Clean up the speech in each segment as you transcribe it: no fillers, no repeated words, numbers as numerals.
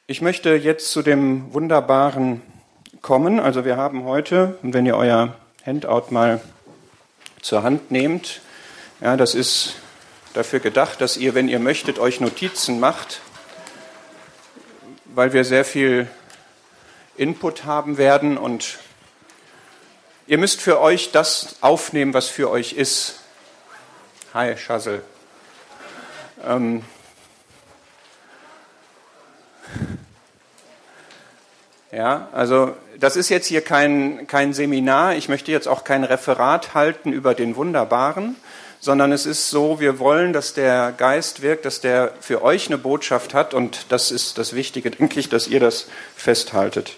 Ich möchte jetzt zu dem Wunderbaren kommen. Also wir haben heute, und wenn ihr euer Handout mal zur Hand nehmt, ja, das ist dafür gedacht, dass ihr, wenn ihr möchtet, euch Notizen macht, weil wir sehr viel Input haben werden und ihr müsst für euch das aufnehmen, was für euch ist. Hi, Schassel. Ja, also das ist jetzt hier kein Seminar. Ich möchte jetzt auch kein Referat halten über den Wunderbaren, sondern es ist so, wir wollen, dass der Geist wirkt, dass der für euch eine Botschaft hat und das ist das Wichtige, denke ich, dass ihr das festhaltet.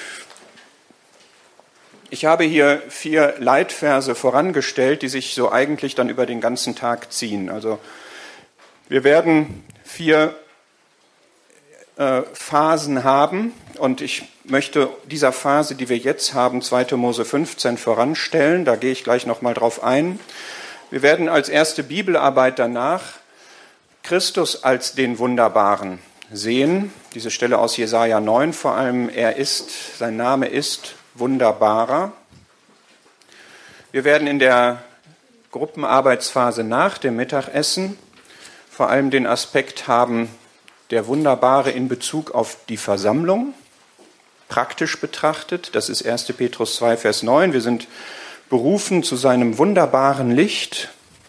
Ich habe hier 4 Leitverse vorangestellt, die sich so eigentlich dann über den ganzen Tag ziehen. Also wir werden 4 Phasen haben und ich möchte dieser Phase, die wir jetzt haben, 2. Mose 15 voranstellen. Da gehe ich gleich nochmal drauf ein. Wir werden als erste Bibelarbeit danach Christus als den Wunderbaren sehen. Diese Stelle aus Jesaja 9 vor allem. Sein Name ist Wunderbarer. Wir werden in der Gruppenarbeitsphase nach dem Mittagessen vor allem den Aspekt haben, der Wunderbare in Bezug auf die Versammlung, praktisch betrachtet. Das ist 1. Petrus 2, Vers 9. Wir sind berufen zu seinem wunderbaren Licht.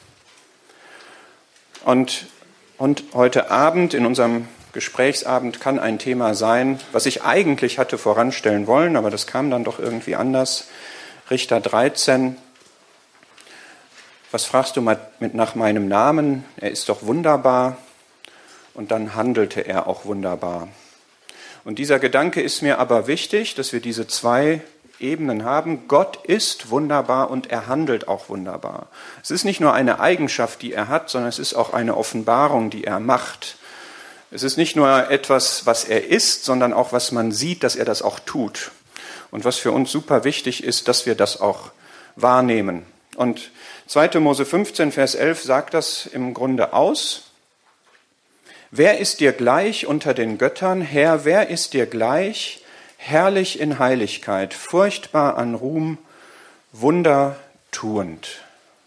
Und heute Abend, in unserem Gesprächsabend, kann ein Thema sein, was ich eigentlich hatte voranstellen wollen, aber das kam dann doch irgendwie anders. Richter 13. Was fragst du nach meinem Namen? Er ist doch wunderbar. Und dann handelte er auch wunderbar. Und dieser Gedanke ist mir aber wichtig, dass wir diese 2 Ebenen haben. Gott ist wunderbar und er handelt auch wunderbar. Es ist nicht nur eine Eigenschaft, die er hat, sondern es ist auch eine Offenbarung, die er macht. Es ist nicht nur etwas, was er ist, sondern auch, was man sieht, dass er das auch tut. Und was für uns super wichtig ist, dass wir das auch wahrnehmen. Und 2. Mose 15, Vers 11 sagt das im Grunde aus. Wer ist dir gleich unter den Göttern? Herr, wer ist dir gleich? Herrlich in Heiligkeit, furchtbar an Ruhm, wundertuend.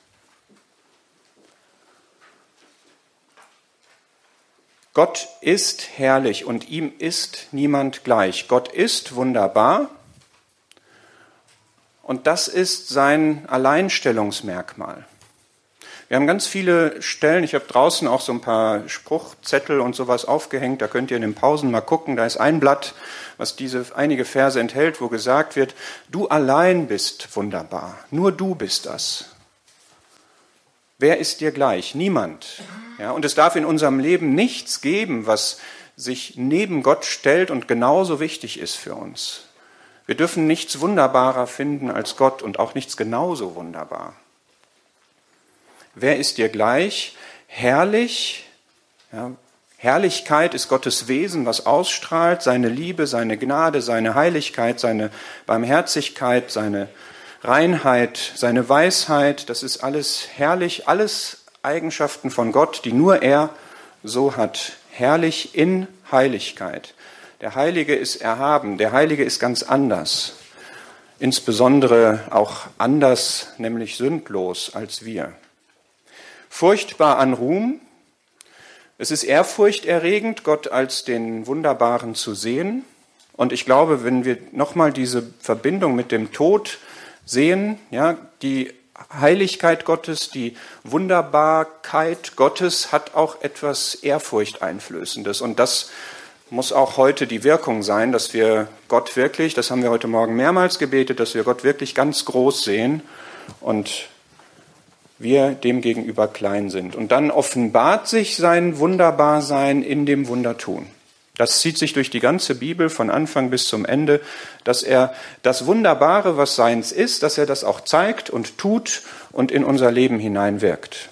Gott ist herrlich und ihm ist niemand gleich. Gott ist wunderbar und das ist sein Alleinstellungsmerkmal. Wir haben ganz viele Stellen, ich habe draußen auch so ein paar Spruchzettel und sowas aufgehängt, da könnt ihr in den Pausen mal gucken, da ist ein Blatt, was einige Verse enthält, wo gesagt wird, du allein bist wunderbar, nur du bist das. Wer ist dir gleich? Niemand. Ja, und es darf in unserem Leben nichts geben, was sich neben Gott stellt und genauso wichtig ist für uns. Wir dürfen nichts wunderbarer finden als Gott und auch nichts genauso wunderbar. Wer ist dir gleich? Herrlich. Ja, Herrlichkeit ist Gottes Wesen, was ausstrahlt, seine Liebe, seine Gnade, seine Heiligkeit, seine Barmherzigkeit, seine Reinheit, seine Weisheit. Das ist alles herrlich, alles Eigenschaften von Gott, die nur er so hat. Herrlich in Heiligkeit. Der Heilige ist erhaben, der Heilige ist ganz anders. Insbesondere auch anders, nämlich sündlos als wir. Furchtbar an Ruhm. Es ist ehrfurchterregend, Gott als den Wunderbaren zu sehen. Und ich glaube, wenn wir nochmal diese Verbindung mit dem Tod sehen, ja, die Heiligkeit Gottes, die Wunderbarkeit Gottes hat auch etwas Ehrfurchteinflößendes. Und das muss auch heute die Wirkung sein, dass wir Gott wirklich, das haben wir heute Morgen mehrmals gebetet, dass wir Gott wirklich ganz groß sehen und wir dem gegenüber klein sind. Und dann offenbart sich sein Wunderbarsein in dem Wundertun. Das zieht sich durch die ganze Bibel von Anfang bis zum Ende, dass er das Wunderbare, was seins ist, dass er das auch zeigt und tut und in unser Leben hineinwirkt.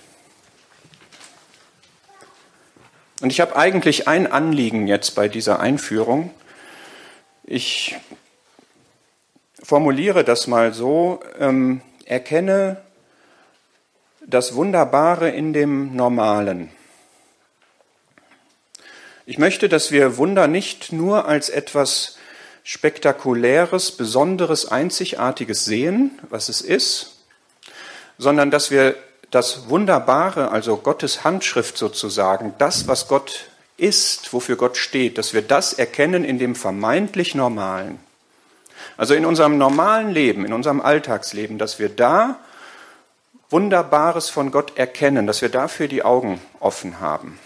Und ich habe eigentlich ein Anliegen jetzt bei dieser Einführung. Ich formuliere das mal so, erkenne das Wunderbare in dem Normalen. Ich möchte, dass wir Wunder nicht nur als etwas Spektakuläres, Besonderes, Einzigartiges sehen, was es ist, sondern dass wir das Wunderbare, also Gottes Handschrift sozusagen, das, was Gott ist, wofür Gott steht, dass wir das erkennen in dem vermeintlich Normalen. Also in unserem normalen Leben, in unserem Alltagsleben, dass wir da Wunderbares von Gott erkennen, dass wir dafür die Augen offen haben.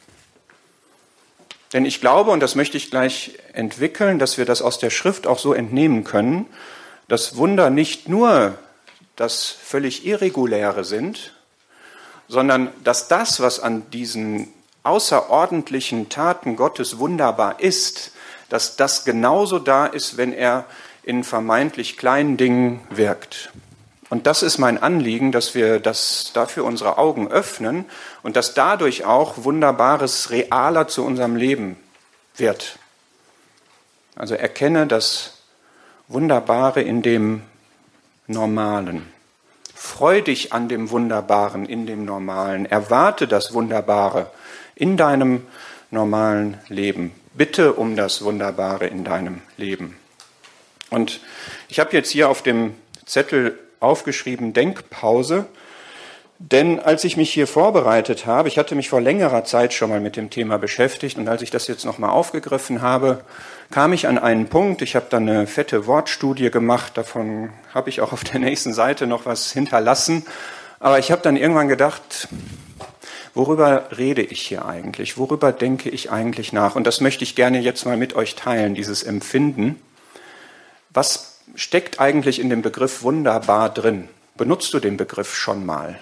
Denn ich glaube, und das möchte ich gleich entwickeln, dass wir das aus der Schrift auch so entnehmen können, dass Wunder nicht nur das völlig Irreguläre sind, sondern dass das, was an diesen außerordentlichen Taten Gottes wunderbar ist, dass das genauso da ist, wenn er in vermeintlich kleinen Dingen wirkt. Und das ist mein Anliegen, dass wir dafür unsere Augen öffnen und dass dadurch auch Wunderbares realer zu unserem Leben wird. Also erkenne das Wunderbare in dem Normalen. Freu dich an dem Wunderbaren in dem Normalen. Erwarte das Wunderbare in deinem normalen Leben. Bitte um das Wunderbare in deinem Leben. Und ich habe jetzt hier auf dem Zettel aufgeschrieben, Denkpause. Denn als ich mich hier vorbereitet habe, ich hatte mich vor längerer Zeit schon mal mit dem Thema beschäftigt und als ich das jetzt nochmal aufgegriffen habe, kam ich an einen Punkt, ich habe dann eine fette Wortstudie gemacht, davon habe ich auch auf der nächsten Seite noch was hinterlassen, aber ich habe dann irgendwann gedacht, worüber rede ich hier eigentlich, worüber denke ich eigentlich nach? Und das möchte ich gerne jetzt mal mit euch teilen, dieses Empfinden. Was steckt eigentlich in dem Begriff wunderbar drin? Benutzt du den Begriff schon mal?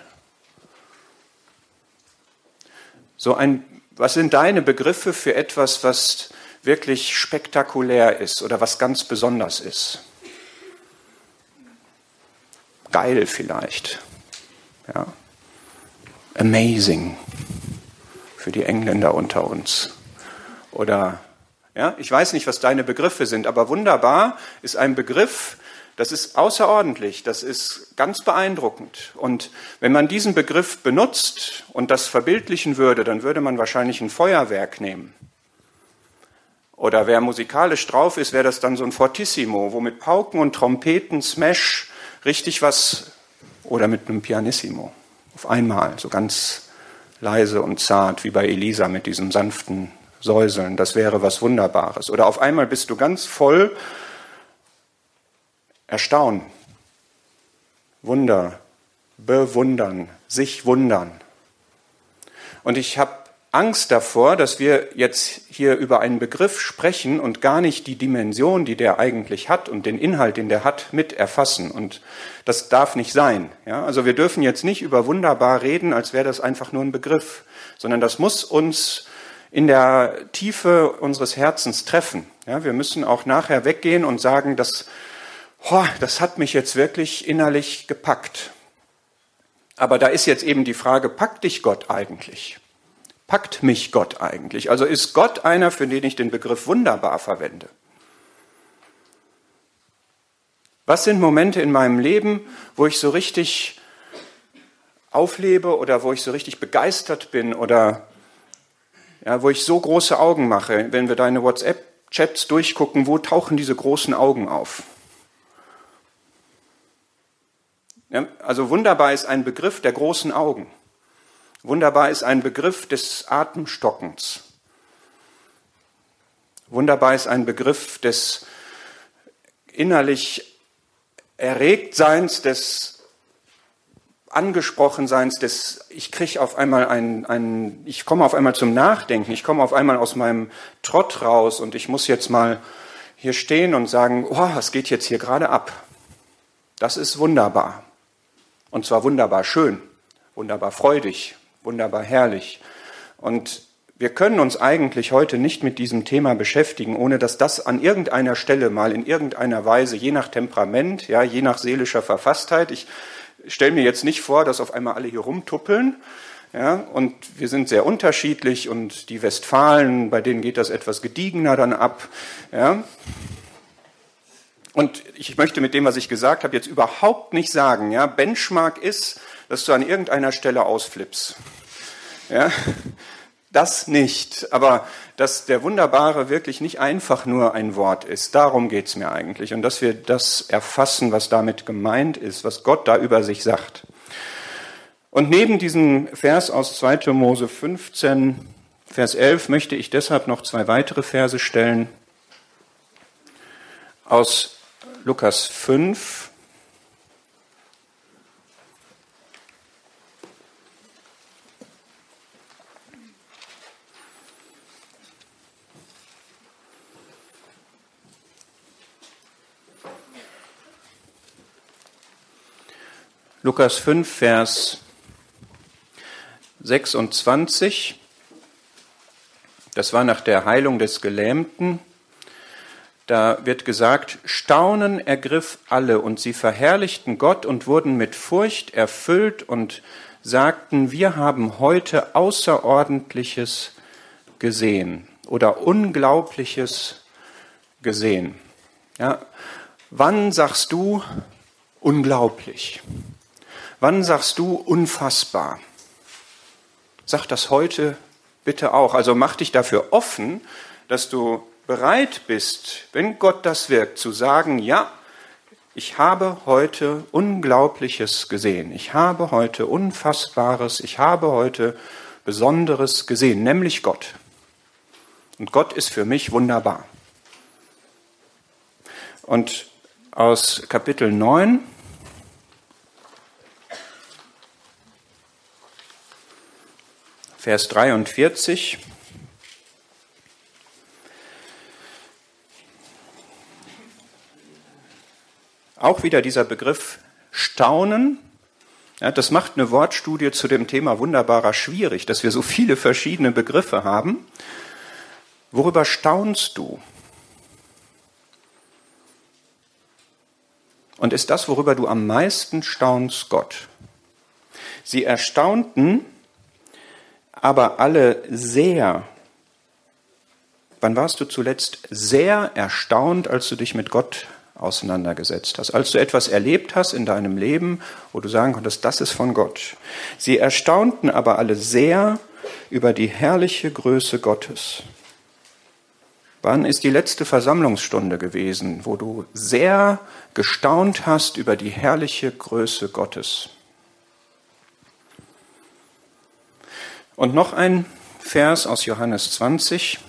Was sind deine Begriffe für etwas, was wirklich spektakulär ist oder was ganz besonders ist? Geil vielleicht. Ja. Amazing für die Engländer unter uns. Oder, ja, ich weiß nicht, was deine Begriffe sind, aber wunderbar ist ein Begriff, das ist außerordentlich, das ist ganz beeindruckend. Und wenn man diesen Begriff benutzt und das verbildlichen würde, dann würde man wahrscheinlich ein Feuerwerk nehmen. Oder wer musikalisch drauf ist, wäre das dann so ein Fortissimo, wo mit Pauken und Trompeten, Smash, richtig was, oder mit einem Pianissimo. Auf einmal, so ganz leise und zart, wie bei Elisa mit diesem sanften Säuseln. Das wäre was Wunderbares. Oder auf einmal bist du ganz voll Erstaunen, Wunder, bewundern, sich wundern. Und ich habe Angst davor, dass wir jetzt hier über einen Begriff sprechen und gar nicht die Dimension, die der eigentlich hat und den Inhalt, den der hat, mit erfassen. Und das darf nicht sein. Ja? Also wir dürfen jetzt nicht über wunderbar reden, als wäre das einfach nur ein Begriff, sondern das muss uns in der Tiefe unseres Herzens treffen. Ja? Wir müssen auch nachher weggehen und sagen, das hat mich jetzt wirklich innerlich gepackt. Aber da ist jetzt eben die Frage, packt dich Gott eigentlich? Packt mich Gott eigentlich? Also ist Gott einer, für den ich den Begriff wunderbar verwende? Was sind Momente in meinem Leben, wo ich so richtig auflebe oder wo ich so richtig begeistert bin oder ja, wo ich so große Augen mache? Wenn wir deine WhatsApp-Chats durchgucken, wo tauchen diese großen Augen auf? Ja, also wunderbar ist ein Begriff der großen Augen. Wunderbar ist ein Begriff des Atemstockens. Wunderbar ist ein Begriff des innerlich Erregtseins, des Angesprochenseins, ich komme auf einmal zum Nachdenken, ich komme auf einmal aus meinem Trott raus und ich muss jetzt mal hier stehen und sagen, was geht jetzt hier gerade ab? Das ist wunderbar. Und zwar wunderbar schön, wunderbar freudig, wunderbar herrlich. Und wir können uns eigentlich heute nicht mit diesem Thema beschäftigen, ohne dass das an irgendeiner Stelle mal in irgendeiner Weise, je nach Temperament, ja, je nach seelischer Verfasstheit, ich stelle mir jetzt nicht vor, dass auf einmal alle hier rumtuppeln, ja, und wir sind sehr unterschiedlich und die Westfalen, bei denen geht das etwas gediegener dann ab, ja. Und ich möchte mit dem, was ich gesagt habe, jetzt überhaupt nicht sagen, ja, Benchmark ist, dass du an irgendeiner Stelle ausflippst. Ja, das nicht. Aber dass der Wunderbare wirklich nicht einfach nur ein Wort ist, darum geht's mir eigentlich. Und dass wir das erfassen, was damit gemeint ist, was Gott da über sich sagt. Und neben diesem Vers aus 2. Mose 15, Vers 11, möchte ich deshalb noch 2 weitere Verse stellen. Aus Lukas 5. Lukas 5, Vers 26. Das war nach der Heilung des Gelähmten. Da wird gesagt, Staunen ergriff alle und sie verherrlichten Gott und wurden mit Furcht erfüllt und sagten, wir haben heute Außerordentliches gesehen oder Unglaubliches gesehen. Ja, wann sagst du unglaublich? Wann sagst du unfassbar? Sag das heute bitte auch. Also mach dich dafür offen, dass du bereit bist, wenn Gott das wirkt, zu sagen, ja, ich habe heute Unglaubliches gesehen. Ich habe heute Unfassbares, ich habe heute Besonderes gesehen, nämlich Gott. Und Gott ist für mich wunderbar. Und aus Kapitel 9, Vers 43. Auch wieder dieser Begriff Staunen. Ja, das macht eine Wortstudie zu dem Thema Wunderbarer schwierig, dass wir so viele verschiedene Begriffe haben. Worüber staunst du? Und ist das, worüber du am meisten staunst, Gott? Sie erstaunten aber alle sehr. Wann warst du zuletzt sehr erstaunt, als du dich mit Gott auseinandergesetzt hast? Als du etwas erlebt hast in deinem Leben, wo du sagen konntest, das ist von Gott. Sie erstaunten aber alle sehr über die herrliche Größe Gottes. Wann ist die letzte Versammlungsstunde gewesen, wo du sehr gestaunt hast über die herrliche Größe Gottes? Und noch ein Vers aus Johannes 20.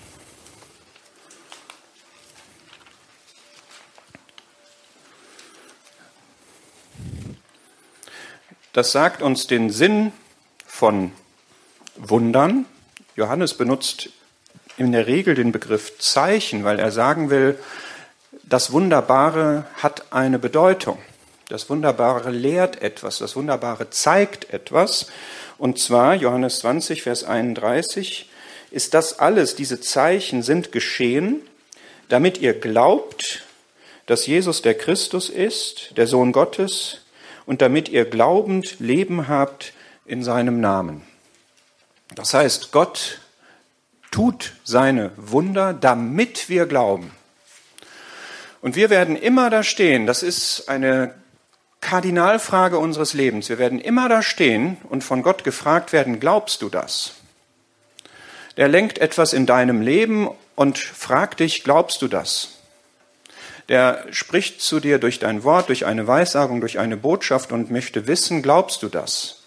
Das sagt uns den Sinn von Wundern. Johannes benutzt in der Regel den Begriff Zeichen, weil er sagen will, das Wunderbare hat eine Bedeutung. Das Wunderbare lehrt etwas, das Wunderbare zeigt etwas. Und zwar, Johannes 20, Vers 31, ist das alles, diese Zeichen sind geschehen, damit ihr glaubt, dass Jesus der Christus ist, der Sohn Gottes, und damit ihr glaubend Leben habt in seinem Namen. Das heißt, Gott tut seine Wunder, damit wir glauben. Und wir werden immer da stehen, das ist eine Kardinalfrage unseres Lebens. Wir werden immer da stehen und von Gott gefragt werden, glaubst du das? Der lenkt etwas in deinem Leben und fragt dich, glaubst du das? Der spricht zu dir durch dein Wort, durch eine Weissagung, durch eine Botschaft und möchte wissen, glaubst du das?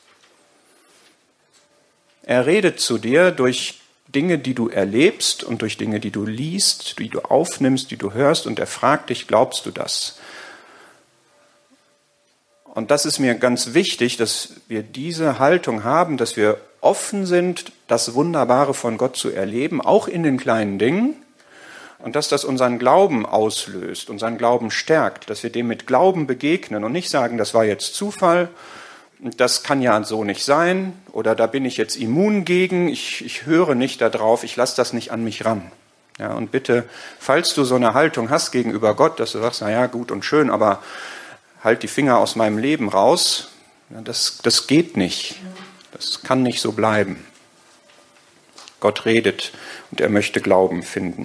Er redet zu dir durch Dinge, die du erlebst und durch Dinge, die du liest, die du aufnimmst, die du hörst und er fragt dich, glaubst du das? Und das ist mir ganz wichtig, dass wir diese Haltung haben, dass wir offen sind, das Wunderbare von Gott zu erleben, auch in den kleinen Dingen. Und dass das unseren Glauben auslöst, unseren Glauben stärkt, dass wir dem mit Glauben begegnen und nicht sagen, das war jetzt Zufall, das kann ja so nicht sein oder da bin ich jetzt immun gegen, ich höre nicht darauf, ich lasse das nicht an mich ran. Ja, und bitte, falls du so eine Haltung hast gegenüber Gott, dass du sagst, na ja, gut und schön, aber halt die Finger aus meinem Leben raus, das geht nicht. Das kann nicht so bleiben. Gott redet und er möchte Glauben finden.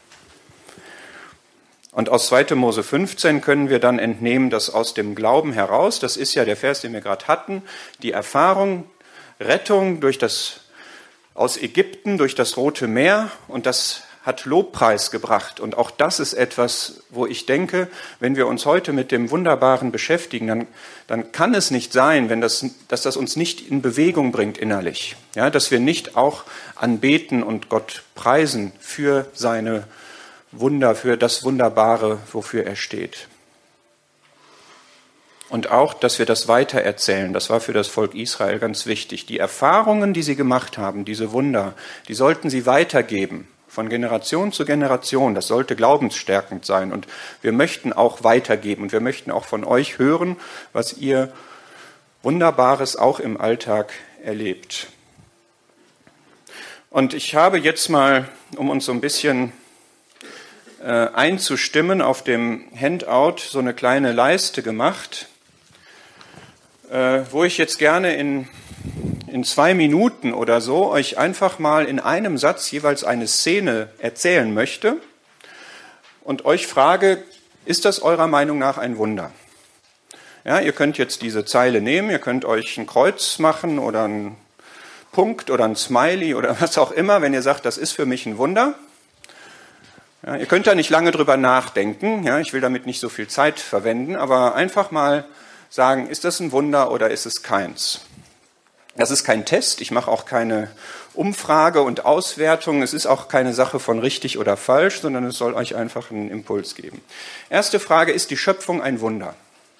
Und aus 2. Mose 15 können wir dann entnehmen, dass aus dem Glauben heraus, das ist ja der Vers, den wir gerade hatten, die Erfahrung, Rettung durch das aus Ägypten durch das Rote Meer und das hat Lobpreis gebracht. Und auch das ist etwas, wo ich denke, wenn wir uns heute mit dem Wunderbaren beschäftigen, dann kann es nicht sein, dass das uns nicht in Bewegung bringt innerlich. Ja, dass wir nicht auch anbeten und Gott preisen für seine Wunder, für das Wunderbare, wofür er steht. Und auch, dass wir das weitererzählen, das war für das Volk Israel ganz wichtig. Die Erfahrungen, die sie gemacht haben, diese Wunder, die sollten sie weitergeben, von Generation zu Generation. Das sollte glaubensstärkend sein. Und wir möchten auch weitergeben und wir möchten auch von euch hören, was ihr Wunderbares auch im Alltag erlebt. Und ich habe jetzt mal, um uns so ein bisschen einzustimmen, auf dem Handout so eine kleine Leiste gemacht, wo ich jetzt gerne in 2 Minuten oder so euch einfach mal in einem Satz jeweils eine Szene erzählen möchte und euch frage, ist das eurer Meinung nach ein Wunder? Ja, ihr könnt jetzt diese Zeile nehmen, ihr könnt euch ein Kreuz machen oder einen Punkt oder ein Smiley oder was auch immer, wenn ihr sagt, das ist für mich ein Wunder. Ja, ihr könnt da nicht lange drüber nachdenken, ja, ich will damit nicht so viel Zeit verwenden, aber einfach mal sagen, ist das ein Wunder oder ist es keins? Das ist kein Test, ich mache auch keine Umfrage und Auswertung, es ist auch keine Sache von richtig oder falsch, sondern es soll euch einfach einen Impuls geben. Erste Frage, ist die Schöpfung ein Wunder?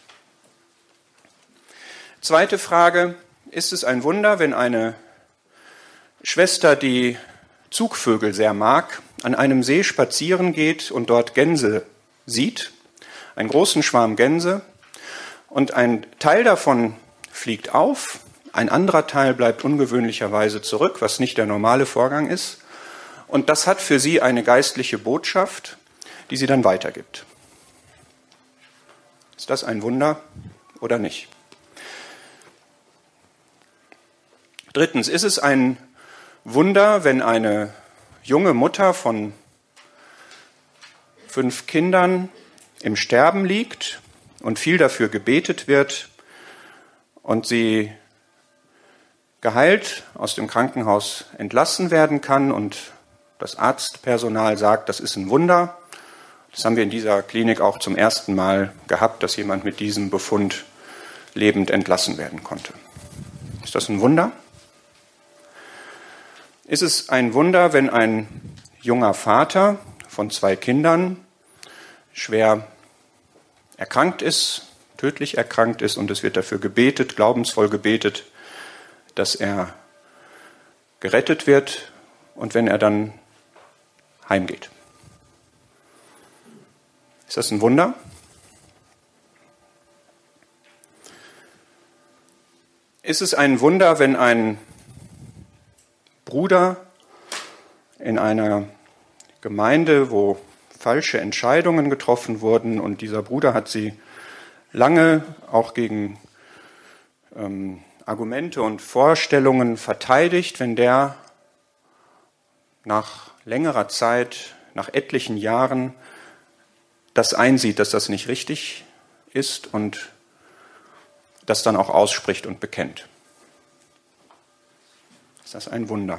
Zweite Frage, ist es ein Wunder, wenn eine Schwester, die Zugvögel sehr mag, an einem See spazieren geht und dort Gänse sieht, einen großen Schwarm Gänse, und ein Teil davon fliegt auf, ein anderer Teil bleibt ungewöhnlicherweise zurück, was nicht der normale Vorgang ist. Und das hat für sie eine geistliche Botschaft, die sie dann weitergibt. Ist das ein Wunder oder nicht? Drittens, ist es ein Wunder, wenn eine junge Mutter von 5 Kindern im Sterben liegt und viel dafür gebetet wird und sie geheilt aus dem Krankenhaus entlassen werden kann und das Arztpersonal sagt, das ist ein Wunder. Das haben wir in dieser Klinik auch zum ersten Mal gehabt, dass jemand mit diesem Befund lebend entlassen werden konnte. Ist das ein Wunder? Ist es ein Wunder, wenn ein junger Vater von 2 Kindern schwer erkrankt ist, tödlich erkrankt ist und es wird dafür gebetet, glaubensvoll gebetet, dass er gerettet wird und wenn er dann heimgeht? Ist das ein Wunder? Ist es ein Wunder, wenn ein Bruder in einer Gemeinde, wo falsche Entscheidungen getroffen wurden und dieser Bruder hat sie lange auch gegen Argumente und Vorstellungen verteidigt, wenn der nach längerer Zeit, nach etlichen Jahren das einsieht, dass das nicht richtig ist und das dann auch ausspricht und bekennt? Ist das ein Wunder?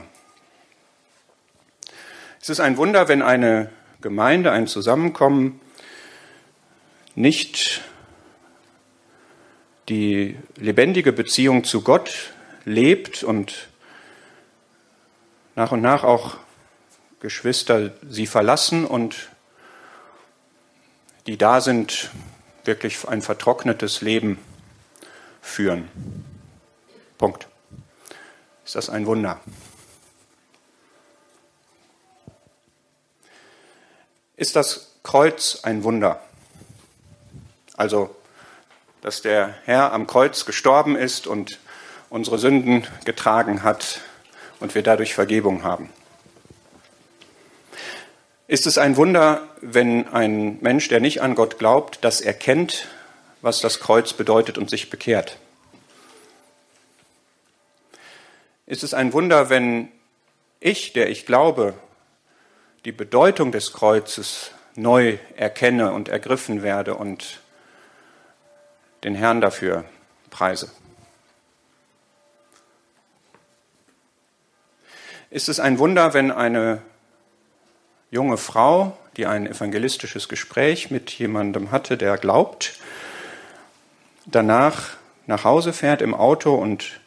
Ist es ein Wunder, wenn eine Gemeinde, ein Zusammenkommen nicht die lebendige Beziehung zu Gott lebt und nach auch Geschwister sie verlassen und die da sind, wirklich ein vertrocknetes Leben führen? Punkt. Ist das ein Wunder? Ist das Kreuz ein Wunder? Also, dass der Herr am Kreuz gestorben ist und unsere Sünden getragen hat und wir dadurch Vergebung haben. Ist es ein Wunder, wenn ein Mensch, der nicht an Gott glaubt, das erkennt, was das Kreuz bedeutet und sich bekehrt? Ist es ein Wunder, wenn ich, der ich glaube, die Bedeutung des Kreuzes neu erkenne und ergriffen werde und den Herrn dafür preise? Ist es ein Wunder, wenn eine junge Frau, die ein evangelistisches Gespräch mit jemandem hatte, der glaubt, danach nach Hause fährt im Auto und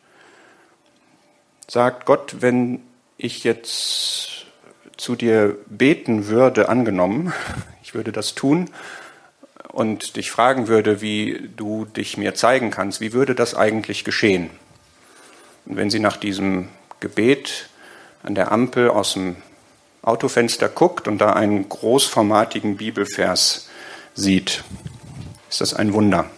sagt, Gott, wenn ich jetzt zu dir beten würde, angenommen, ich würde das tun und dich fragen würde, wie du dich mir zeigen kannst, wie würde das eigentlich geschehen? Und wenn sie nach diesem Gebet an der Ampel aus dem Autofenster guckt und da einen großformatigen Bibelvers sieht, ist das ein Wunder.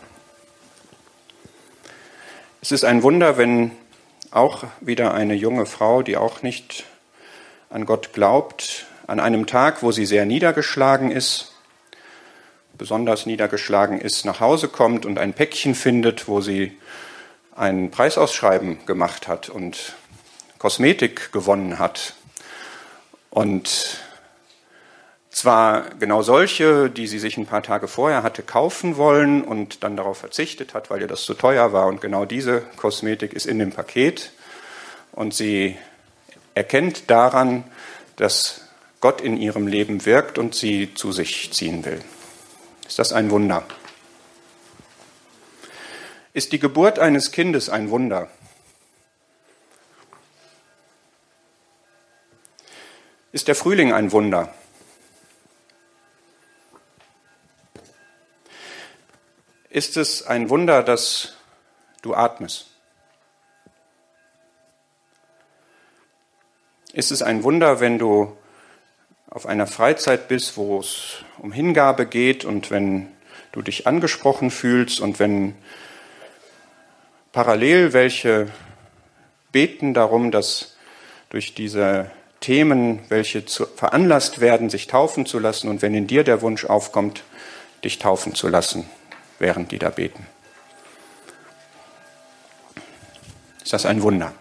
Es ist ein Wunder, wenn auch wieder eine junge Frau, die auch nicht an Gott glaubt, an einem Tag, wo sie sehr niedergeschlagen ist, besonders niedergeschlagen ist, nach Hause kommt und ein Päckchen findet, wo sie ein Preisausschreiben gemacht hat und Kosmetik gewonnen hat. Und zwar genau solche, die sie sich ein paar Tage vorher hatte kaufen wollen und dann darauf verzichtet hat, weil ihr das zu teuer war. Und genau diese Kosmetik ist in dem Paket. Und sie erkennt daran, dass Gott in ihrem Leben wirkt und sie zu sich ziehen will. Ist das ein Wunder? Ist die Geburt eines Kindes ein Wunder? Ist der Frühling ein Wunder? Ist es ein Wunder, dass du atmest? Ist es ein Wunder, wenn du auf einer Freizeit bist, wo es um Hingabe geht und wenn du dich angesprochen fühlst und wenn parallel welche beten darum, dass durch diese Themen, welche veranlasst werden, sich taufen zu lassen und wenn in dir der Wunsch aufkommt, dich taufen zu lassen, während die da beten. Ist das ein Wunder?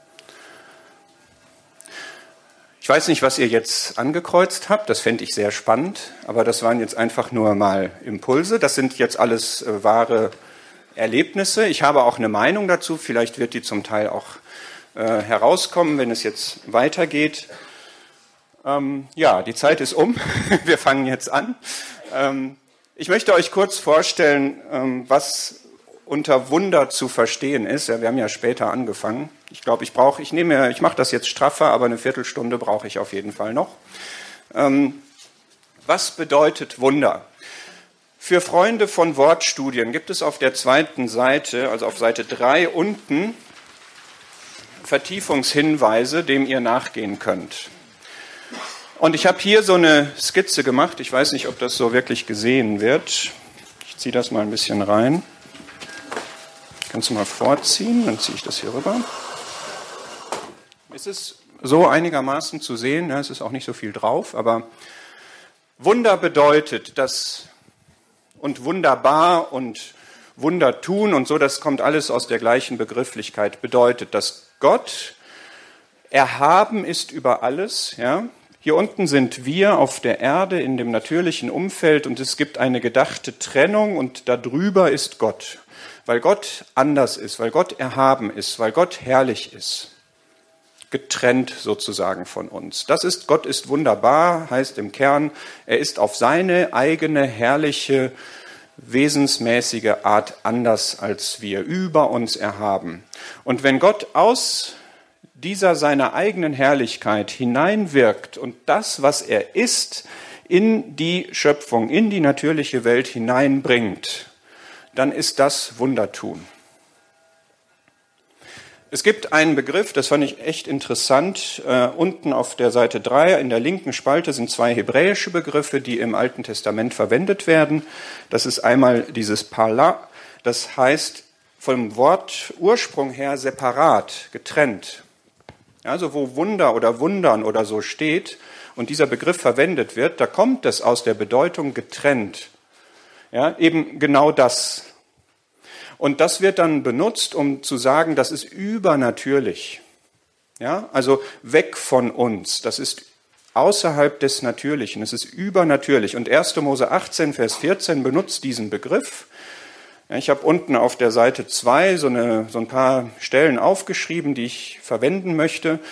Ich weiß nicht, was ihr jetzt angekreuzt habt, das fände ich sehr spannend, aber das waren jetzt einfach nur mal Impulse. Das sind jetzt alles wahre Erlebnisse. Ich habe auch eine Meinung dazu, vielleicht wird die zum Teil auch herauskommen, wenn es jetzt weitergeht. Ja, die Zeit ist um. Wir fangen jetzt an. Ich möchte euch kurz vorstellen, was unter Wunder zu verstehen ist. Ja, wir haben ja später angefangen. Ich glaube, ich mache das jetzt straffer, aber eine Viertelstunde brauche ich auf jeden Fall noch. Was bedeutet Wunder? Für Freunde von Wortstudien gibt es auf der zweiten Seite, also auf Seite 3 unten, Vertiefungshinweise, dem ihr nachgehen könnt. Und ich habe hier so eine Skizze gemacht. Ich weiß nicht, ob das so wirklich gesehen wird. Ich ziehe das mal ein bisschen rein. Kannst du mal vorziehen, dann ziehe ich das hier rüber. Es ist so einigermaßen zu sehen, es ist auch nicht so viel drauf, aber Wunder bedeutet, dass und wunderbar und Wunder tun und so, das kommt alles aus der gleichen Begrifflichkeit, bedeutet, dass Gott erhaben ist über alles. Ja? Hier unten sind wir auf der Erde in dem natürlichen Umfeld und es gibt eine gedachte Trennung und darüber ist Gott, weil Gott anders ist, weil Gott erhaben ist, weil Gott herrlich ist, getrennt sozusagen von uns. Gott ist wunderbar, heißt im Kern, er ist auf seine eigene herrliche wesensmäßige Art anders als wir, über uns erhaben. Und wenn Gott aus dieser seiner eigenen Herrlichkeit hineinwirkt und das, was er ist, in die Schöpfung, in die natürliche Welt hineinbringt, dann ist das Wundertun. Es gibt einen Begriff, das fand ich echt interessant, unten auf der Seite 3 in der linken Spalte sind 2 hebräische Begriffe, die im Alten Testament verwendet werden. Das ist einmal dieses Pala, das heißt vom Wort Ursprung her separat, getrennt. Also wo Wunder oder Wundern oder so steht und dieser Begriff verwendet wird, da kommt es aus der Bedeutung getrennt. Ja, eben genau das. Und das wird dann benutzt, um zu sagen, das ist übernatürlich. Ja, also weg von uns. Das ist außerhalb des Natürlichen. Es ist übernatürlich. Und 1. Mose 18, Vers 14 benutzt diesen Begriff. Ja, ich habe unten auf der Seite 2 so ein paar Stellen aufgeschrieben, die ich verwenden möchte.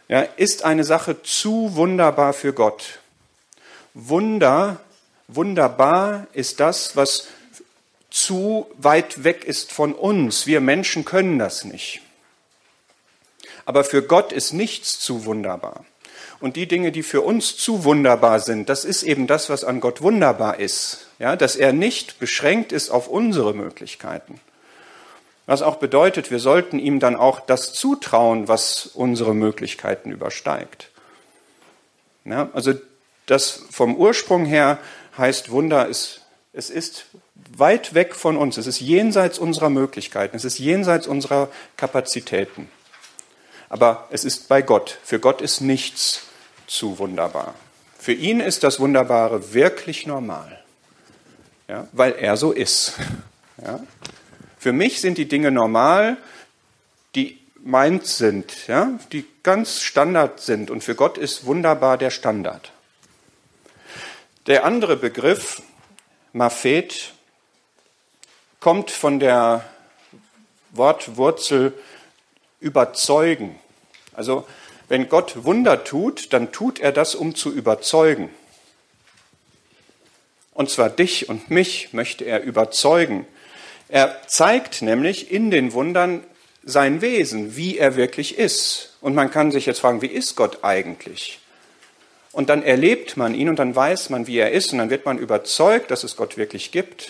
Ja, ist eine Sache zu wunderbar für Gott. Wunderbar ist das, was zu weit weg ist von uns. Wir Menschen können das nicht. Aber für Gott ist nichts zu wunderbar. Und die Dinge, die für uns zu wunderbar sind, das ist eben das, was an Gott wunderbar ist. Ja, dass er nicht beschränkt ist auf unsere Möglichkeiten. Was auch bedeutet, wir sollten ihm dann auch das zutrauen, was unsere Möglichkeiten übersteigt. Ja, also das vom Ursprung her heißt Wunder, es ist weit weg von uns, es ist jenseits unserer Möglichkeiten, es ist jenseits unserer Kapazitäten. Aber es ist bei Gott. Für Gott ist nichts zu wunderbar. Für ihn ist das Wunderbare wirklich normal, ja, weil er so ist. Ja. Für mich sind die Dinge normal, die meins sind, ja, die ganz Standard sind. Und für Gott ist wunderbar der Standard. Der andere Begriff, Maphet, kommt von der Wortwurzel überzeugen. Also wenn Gott Wunder tut, dann tut er das, um zu überzeugen. Und zwar dich und mich möchte er überzeugen. Er zeigt nämlich in den Wundern sein Wesen, wie er wirklich ist. Und man kann sich jetzt fragen, wie ist Gott eigentlich? Und dann erlebt man ihn und dann weiß man, wie er ist. Und dann wird man überzeugt, dass es Gott wirklich gibt.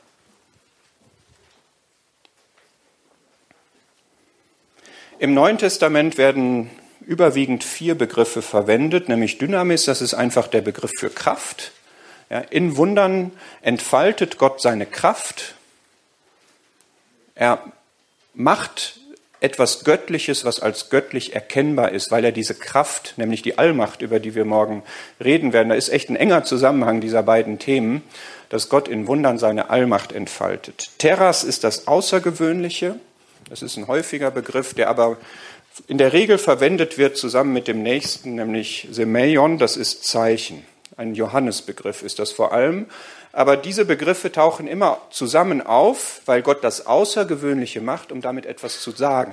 Im Neuen Testament werden überwiegend 4 Begriffe verwendet, nämlich Dynamis, das ist einfach der Begriff für Kraft. Ja, in Wundern entfaltet Gott seine Kraft. Er macht etwas Göttliches, was als göttlich erkennbar ist, weil er diese Kraft, nämlich die Allmacht, über die wir morgen reden werden, da ist echt ein enger Zusammenhang dieser beiden Themen, dass Gott in Wundern seine Allmacht entfaltet. Teras ist das Außergewöhnliche. Das ist ein häufiger Begriff, der aber in der Regel verwendet wird zusammen mit dem nächsten, nämlich Semeion, das ist Zeichen. Ein Johannesbegriff ist das vor allem. Aber diese Begriffe tauchen immer zusammen auf, weil Gott das Außergewöhnliche macht, um damit etwas zu sagen.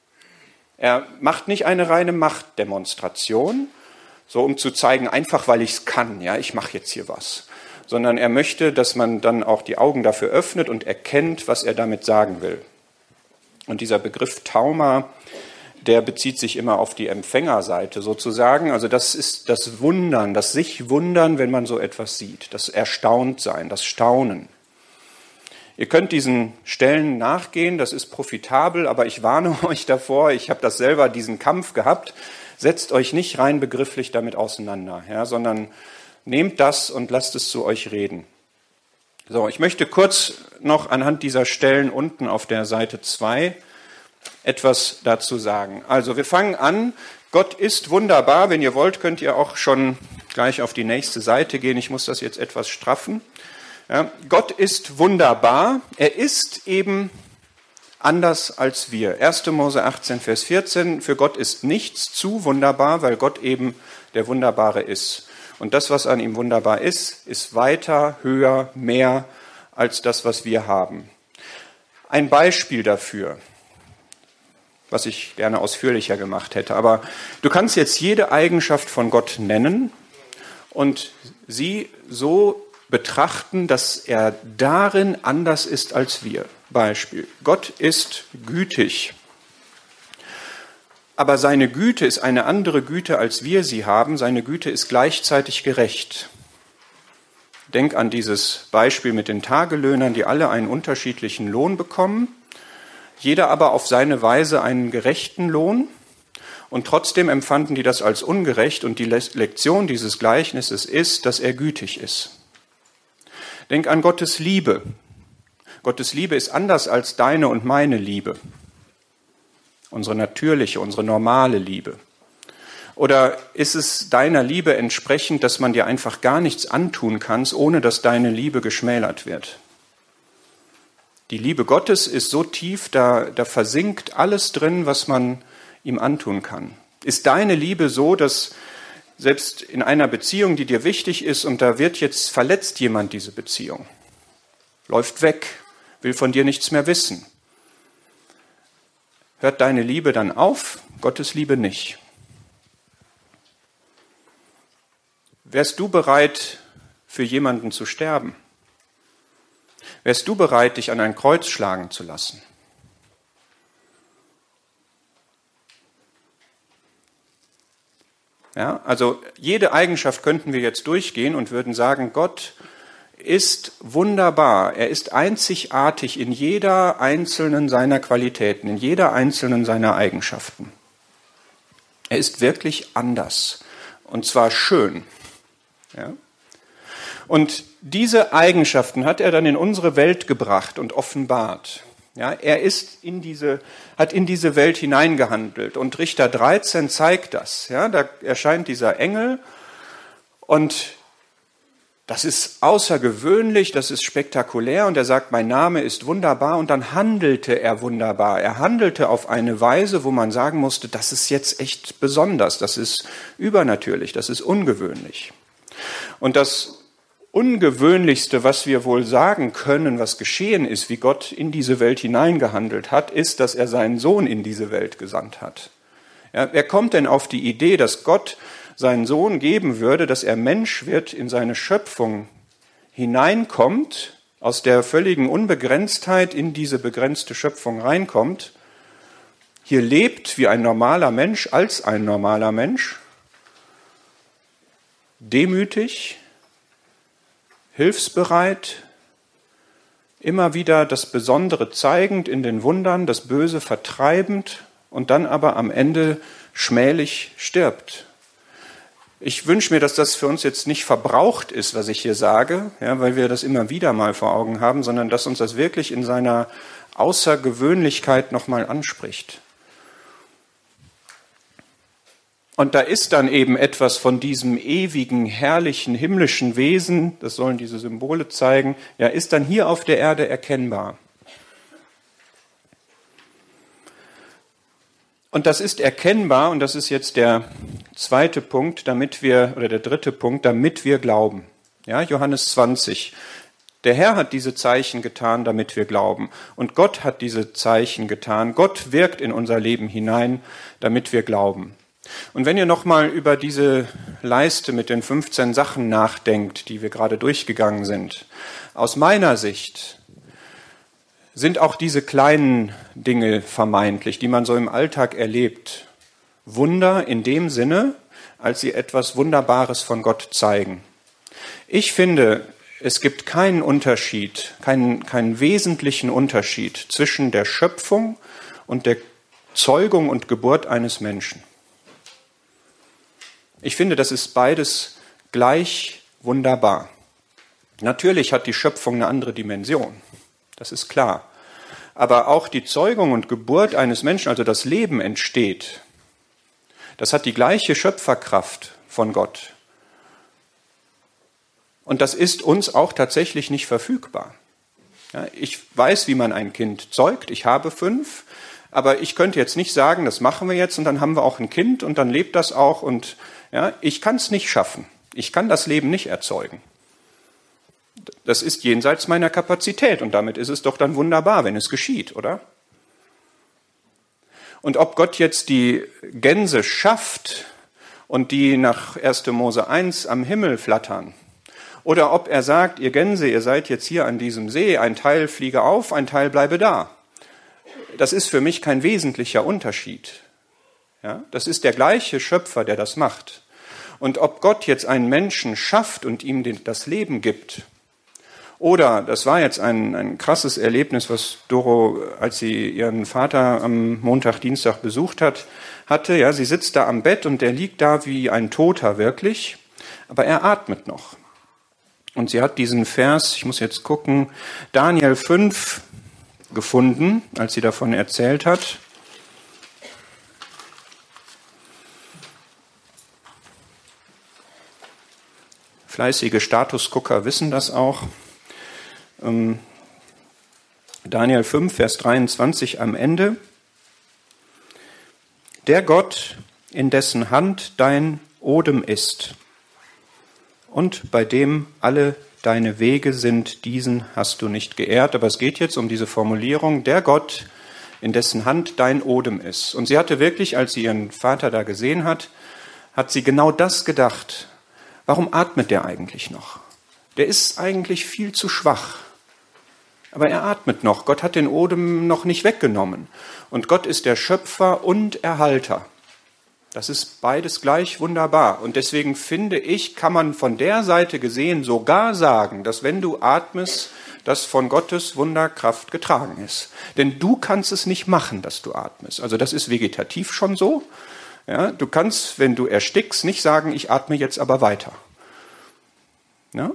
Er macht nicht eine reine Machtdemonstration, so um zu zeigen, einfach weil ich es kann, ja, ich mache jetzt hier was. Sondern er möchte, dass man dann auch die Augen dafür öffnet und erkennt, was er damit sagen will. Und dieser Begriff Tauma, der bezieht sich immer auf die Empfängerseite sozusagen. Also das ist das Wundern, das sich wundern, wenn man so etwas sieht. Das Erstauntsein, das Staunen. Ihr könnt diesen Stellen nachgehen, das ist profitabel, aber ich warne euch davor, ich habe das selber, diesen Kampf gehabt. Setzt euch nicht rein begrifflich damit auseinander, ja, sondern nehmt das und lasst es zu euch reden. So, ich möchte kurz noch anhand dieser Stellen unten auf der Seite 2 etwas dazu sagen. Also wir fangen an, Gott ist wunderbar. Wenn ihr wollt, könnt ihr auch schon gleich auf die nächste Seite gehen. Ich muss das jetzt etwas straffen. Ja, Gott ist wunderbar. Er ist eben anders als wir. 1. Mose 18, Vers 14. Für Gott ist nichts zu wunderbar, weil Gott eben der Wunderbare ist. Und das, was an ihm wunderbar ist, ist weiter, höher, mehr als das, was wir haben. Ein Beispiel dafür, was ich gerne ausführlicher gemacht hätte. Aber du kannst jetzt jede Eigenschaft von Gott nennen und sie so betrachten, dass er darin anders ist als wir. Beispiel: Gott ist gütig. Aber seine Güte ist eine andere Güte, als wir sie haben. Seine Güte ist gleichzeitig gerecht. Denk an dieses Beispiel mit den Tagelöhnern, die alle einen unterschiedlichen Lohn bekommen, jeder aber auf seine Weise einen gerechten Lohn. Und trotzdem empfanden die das als ungerecht. Und die Lektion dieses Gleichnisses ist, dass er gütig ist. Denk an Gottes Liebe. Gottes Liebe ist anders als deine und meine Liebe. Unsere natürliche, unsere normale Liebe. Oder ist es deiner Liebe entsprechend, dass man dir einfach gar nichts antun kannst, ohne dass deine Liebe geschmälert wird? Die Liebe Gottes ist so tief, da versinkt alles drin, was man ihm antun kann. Ist deine Liebe so, dass selbst in einer Beziehung, die dir wichtig ist, und da wird jetzt verletzt jemand diese Beziehung, läuft weg, will von dir nichts mehr wissen, hört deine Liebe dann auf? Gottes Liebe nicht. Wärst du bereit, für jemanden zu sterben? Wärst du bereit, dich an ein Kreuz schlagen zu lassen? Ja, also jede Eigenschaft könnten wir jetzt durchgehen und würden sagen, Gott ist wunderbar. Er ist einzigartig in jeder einzelnen seiner Qualitäten, in jeder einzelnen seiner Eigenschaften. Er ist wirklich anders und zwar schön. Ja? Und diese Eigenschaften hat er dann in unsere Welt gebracht und offenbart. Ja, er hat in diese Welt hineingehandelt. Und Richter 13 zeigt das. Ja, da erscheint dieser Engel und das ist außergewöhnlich, das ist spektakulär und er sagt, mein Name ist wunderbar und dann handelte er wunderbar. Er handelte auf eine Weise, wo man sagen musste, das ist jetzt echt besonders, das ist übernatürlich, das ist ungewöhnlich. Und das Ungewöhnlichste, was wir wohl sagen können, was geschehen ist, wie Gott in diese Welt hineingehandelt hat, ist, dass er seinen Sohn in diese Welt gesandt hat. Ja, wer kommt denn auf die Idee, dass Gott seinen Sohn geben würde, dass er Mensch wird, in seine Schöpfung hineinkommt, aus der völligen Unbegrenztheit in diese begrenzte Schöpfung reinkommt, hier lebt wie ein normaler Mensch, als ein normaler Mensch, demütig, hilfsbereit, immer wieder das Besondere zeigend in den Wundern, das Böse vertreibend und dann aber am Ende schmählich stirbt. Ich wünsche mir, dass das für uns jetzt nicht verbraucht ist, was ich hier sage, ja, weil wir das immer wieder mal vor Augen haben, sondern dass uns das wirklich in seiner Außergewöhnlichkeit nochmal anspricht. Und da ist dann eben etwas von diesem ewigen, herrlichen, himmlischen Wesen, das sollen diese Symbole zeigen, ja, ist dann hier auf der Erde erkennbar. Und das ist erkennbar, und das ist jetzt der zweite Punkt, der dritte Punkt, damit wir glauben. Ja, Johannes 20. Der Herr hat diese Zeichen getan, damit wir glauben. Und Gott hat diese Zeichen getan. Gott wirkt in unser Leben hinein, damit wir glauben. Und wenn ihr nochmal über diese Leiste mit den 15 Sachen nachdenkt, die wir gerade durchgegangen sind, aus meiner Sicht sind auch diese kleinen Dinge vermeintlich, die man so im Alltag erlebt, Wunder in dem Sinne, als sie etwas Wunderbares von Gott zeigen. Ich finde, es gibt keinen Unterschied, keinen wesentlichen Unterschied zwischen der Schöpfung und der Zeugung und Geburt eines Menschen. Ich finde, das ist beides gleich wunderbar. Natürlich hat die Schöpfung eine andere Dimension, das ist klar. Aber auch die Zeugung und Geburt eines Menschen, also das Leben entsteht, das hat die gleiche Schöpferkraft von Gott. Und das ist uns auch tatsächlich nicht verfügbar. Ja, ich weiß, wie man ein Kind zeugt, ich habe 5, aber ich könnte jetzt nicht sagen, das machen wir jetzt und dann haben wir auch ein Kind und dann lebt das auch und ja, ich kann es nicht schaffen. Ich kann das Leben nicht erzeugen. Das ist jenseits meiner Kapazität und damit ist es doch dann wunderbar, wenn es geschieht, oder? Und ob Gott jetzt die Gänse schafft und die nach 1. Mose 1 am Himmel flattern, oder ob er sagt, ihr Gänse, ihr seid jetzt hier an diesem See, ein Teil fliege auf, ein Teil bleibe da. Das ist für mich kein wesentlicher Unterschied. Ja, das ist der gleiche Schöpfer, der das macht. Und ob Gott jetzt einen Menschen schafft und ihm das Leben gibt, oder, das war jetzt ein krasses Erlebnis, was Doro, als sie ihren Vater am Montag, Dienstag besucht hatte. Ja, sie sitzt da am Bett und der liegt da wie ein Toter wirklich, aber er atmet noch. Und sie hat diesen Vers, ich muss jetzt gucken, Daniel 5 gefunden, als sie davon erzählt hat. Fleißige Statusgucker wissen das auch. Daniel 5, Vers 23 am Ende. Der Gott, in dessen Hand dein Odem ist und bei dem alle deine Wege sind, diesen hast du nicht geehrt. Aber es geht jetzt um diese Formulierung, der Gott, in dessen Hand dein Odem ist. Und sie hatte wirklich, als sie ihren Vater da gesehen hat, hat sie genau das gedacht, warum atmet der eigentlich noch? Der ist eigentlich viel zu schwach. Aber er atmet noch. Gott hat den Odem noch nicht weggenommen. Und Gott ist der Schöpfer und Erhalter. Das ist beides gleich wunderbar. Und deswegen finde ich, kann man von der Seite gesehen sogar sagen, dass wenn du atmest, das von Gottes Wunderkraft getragen ist. Denn du kannst es nicht machen, dass du atmest. Also das ist vegetativ schon so. Ja, du kannst, wenn du erstickst, nicht sagen, ich atme jetzt aber weiter. Ja?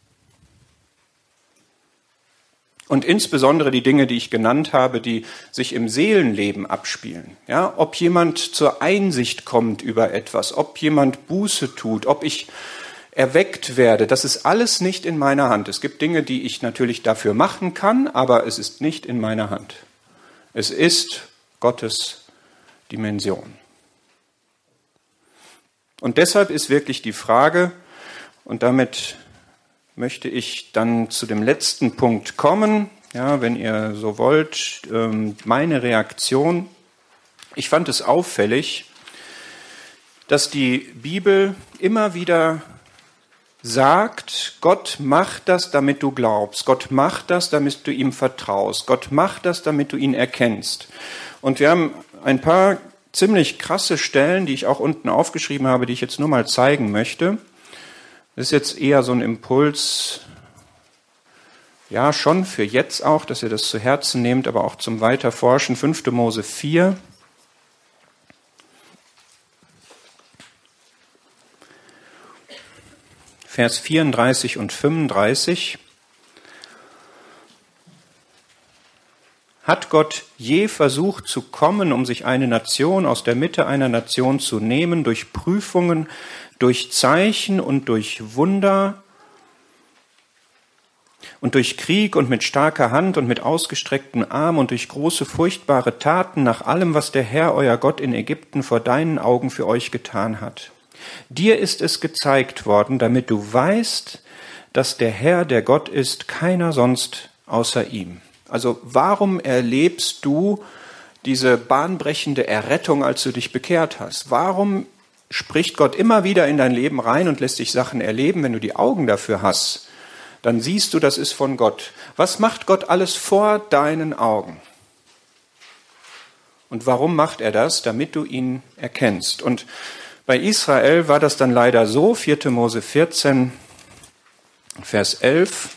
Und insbesondere die Dinge, die ich genannt habe, die sich im Seelenleben abspielen. Ja, ob jemand zur Einsicht kommt über etwas, ob jemand Buße tut, ob ich erweckt werde, das ist alles nicht in meiner Hand. Es gibt Dinge, die ich natürlich dafür machen kann, aber es ist nicht in meiner Hand. Es ist Gottes Dimension. Und deshalb ist wirklich die Frage, und damit möchte ich dann zu dem letzten Punkt kommen, ja, wenn ihr so wollt, meine Reaktion. Ich fand es auffällig, dass die Bibel immer wieder sagt, Gott macht das, damit du glaubst. Gott macht das, damit du ihm vertraust. Gott macht das, damit du ihn erkennst. Und wir haben ein paar ziemlich krasse Stellen, die ich auch unten aufgeschrieben habe, die ich jetzt nur mal zeigen möchte. Das ist jetzt eher so ein Impuls, ja, schon für jetzt auch, dass ihr das zu Herzen nehmt, aber auch zum Weiterforschen. 5. Mose 4. Vers 34 und 35. Hat Gott je versucht zu kommen, um sich eine Nation aus der Mitte einer Nation zu nehmen, durch Prüfungen, durch Zeichen und durch Wunder und durch Krieg und mit starker Hand und mit ausgestrecktem Arm und durch große furchtbare Taten nach allem, was der Herr, euer Gott in Ägypten vor deinen Augen für euch getan hat? Dir ist es gezeigt worden, damit du weißt, dass der Herr, der Gott ist, keiner sonst außer ihm. Also warum erlebst du diese bahnbrechende Errettung, als du dich bekehrt hast? Warum spricht Gott immer wieder in dein Leben rein und lässt dich Sachen erleben? Wenn du die Augen dafür hast, dann siehst du, das ist von Gott. Was macht Gott alles vor deinen Augen? Und warum macht er das? Damit du ihn erkennst. Und bei Israel war das dann leider so, 4. Mose 14, Vers 11.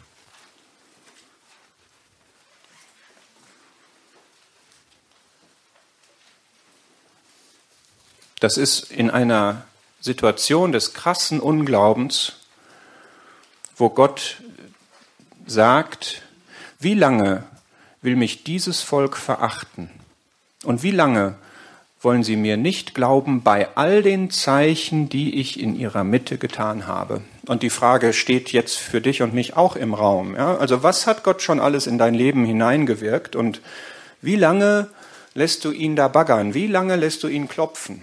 Das ist in einer Situation des krassen Unglaubens, wo Gott sagt, wie lange will mich dieses Volk verachten? Und wie lange wollen sie mir nicht glauben bei all den Zeichen, die ich in ihrer Mitte getan habe? Und die Frage steht jetzt für dich und mich auch im Raum. Ja? Also was hat Gott schon alles in dein Leben hineingewirkt? Und wie lange lässt du ihn da baggern? Wie lange lässt du ihn klopfen?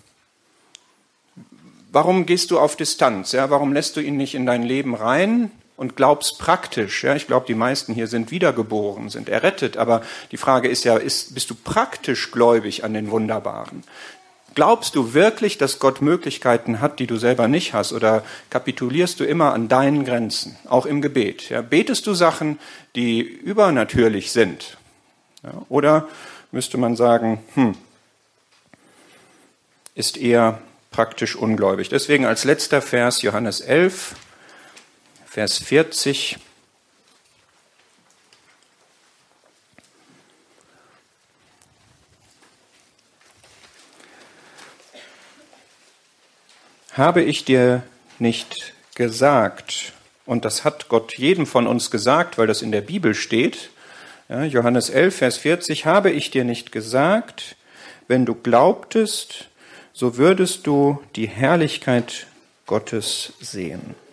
Warum gehst du auf Distanz? Ja, warum lässt du ihn nicht in dein Leben rein und glaubst praktisch? Ja, ich glaube, die meisten hier sind wiedergeboren, sind errettet. Aber die Frage ist ja, bist du praktisch gläubig an den Wunderbaren? Glaubst du wirklich, dass Gott Möglichkeiten hat, die du selber nicht hast? Oder kapitulierst du immer an deinen Grenzen, auch im Gebet? Ja, betest du Sachen, die übernatürlich sind? Ja, oder müsste man sagen, ist eher praktisch ungläubig. Deswegen als letzter Vers Johannes 11, Vers 40. Habe ich dir nicht gesagt, und das hat Gott jedem von uns gesagt, weil das in der Bibel steht, ja, Johannes 11, Vers 40, habe ich dir nicht gesagt, wenn du glaubtest, so würdest du die Herrlichkeit Gottes sehen.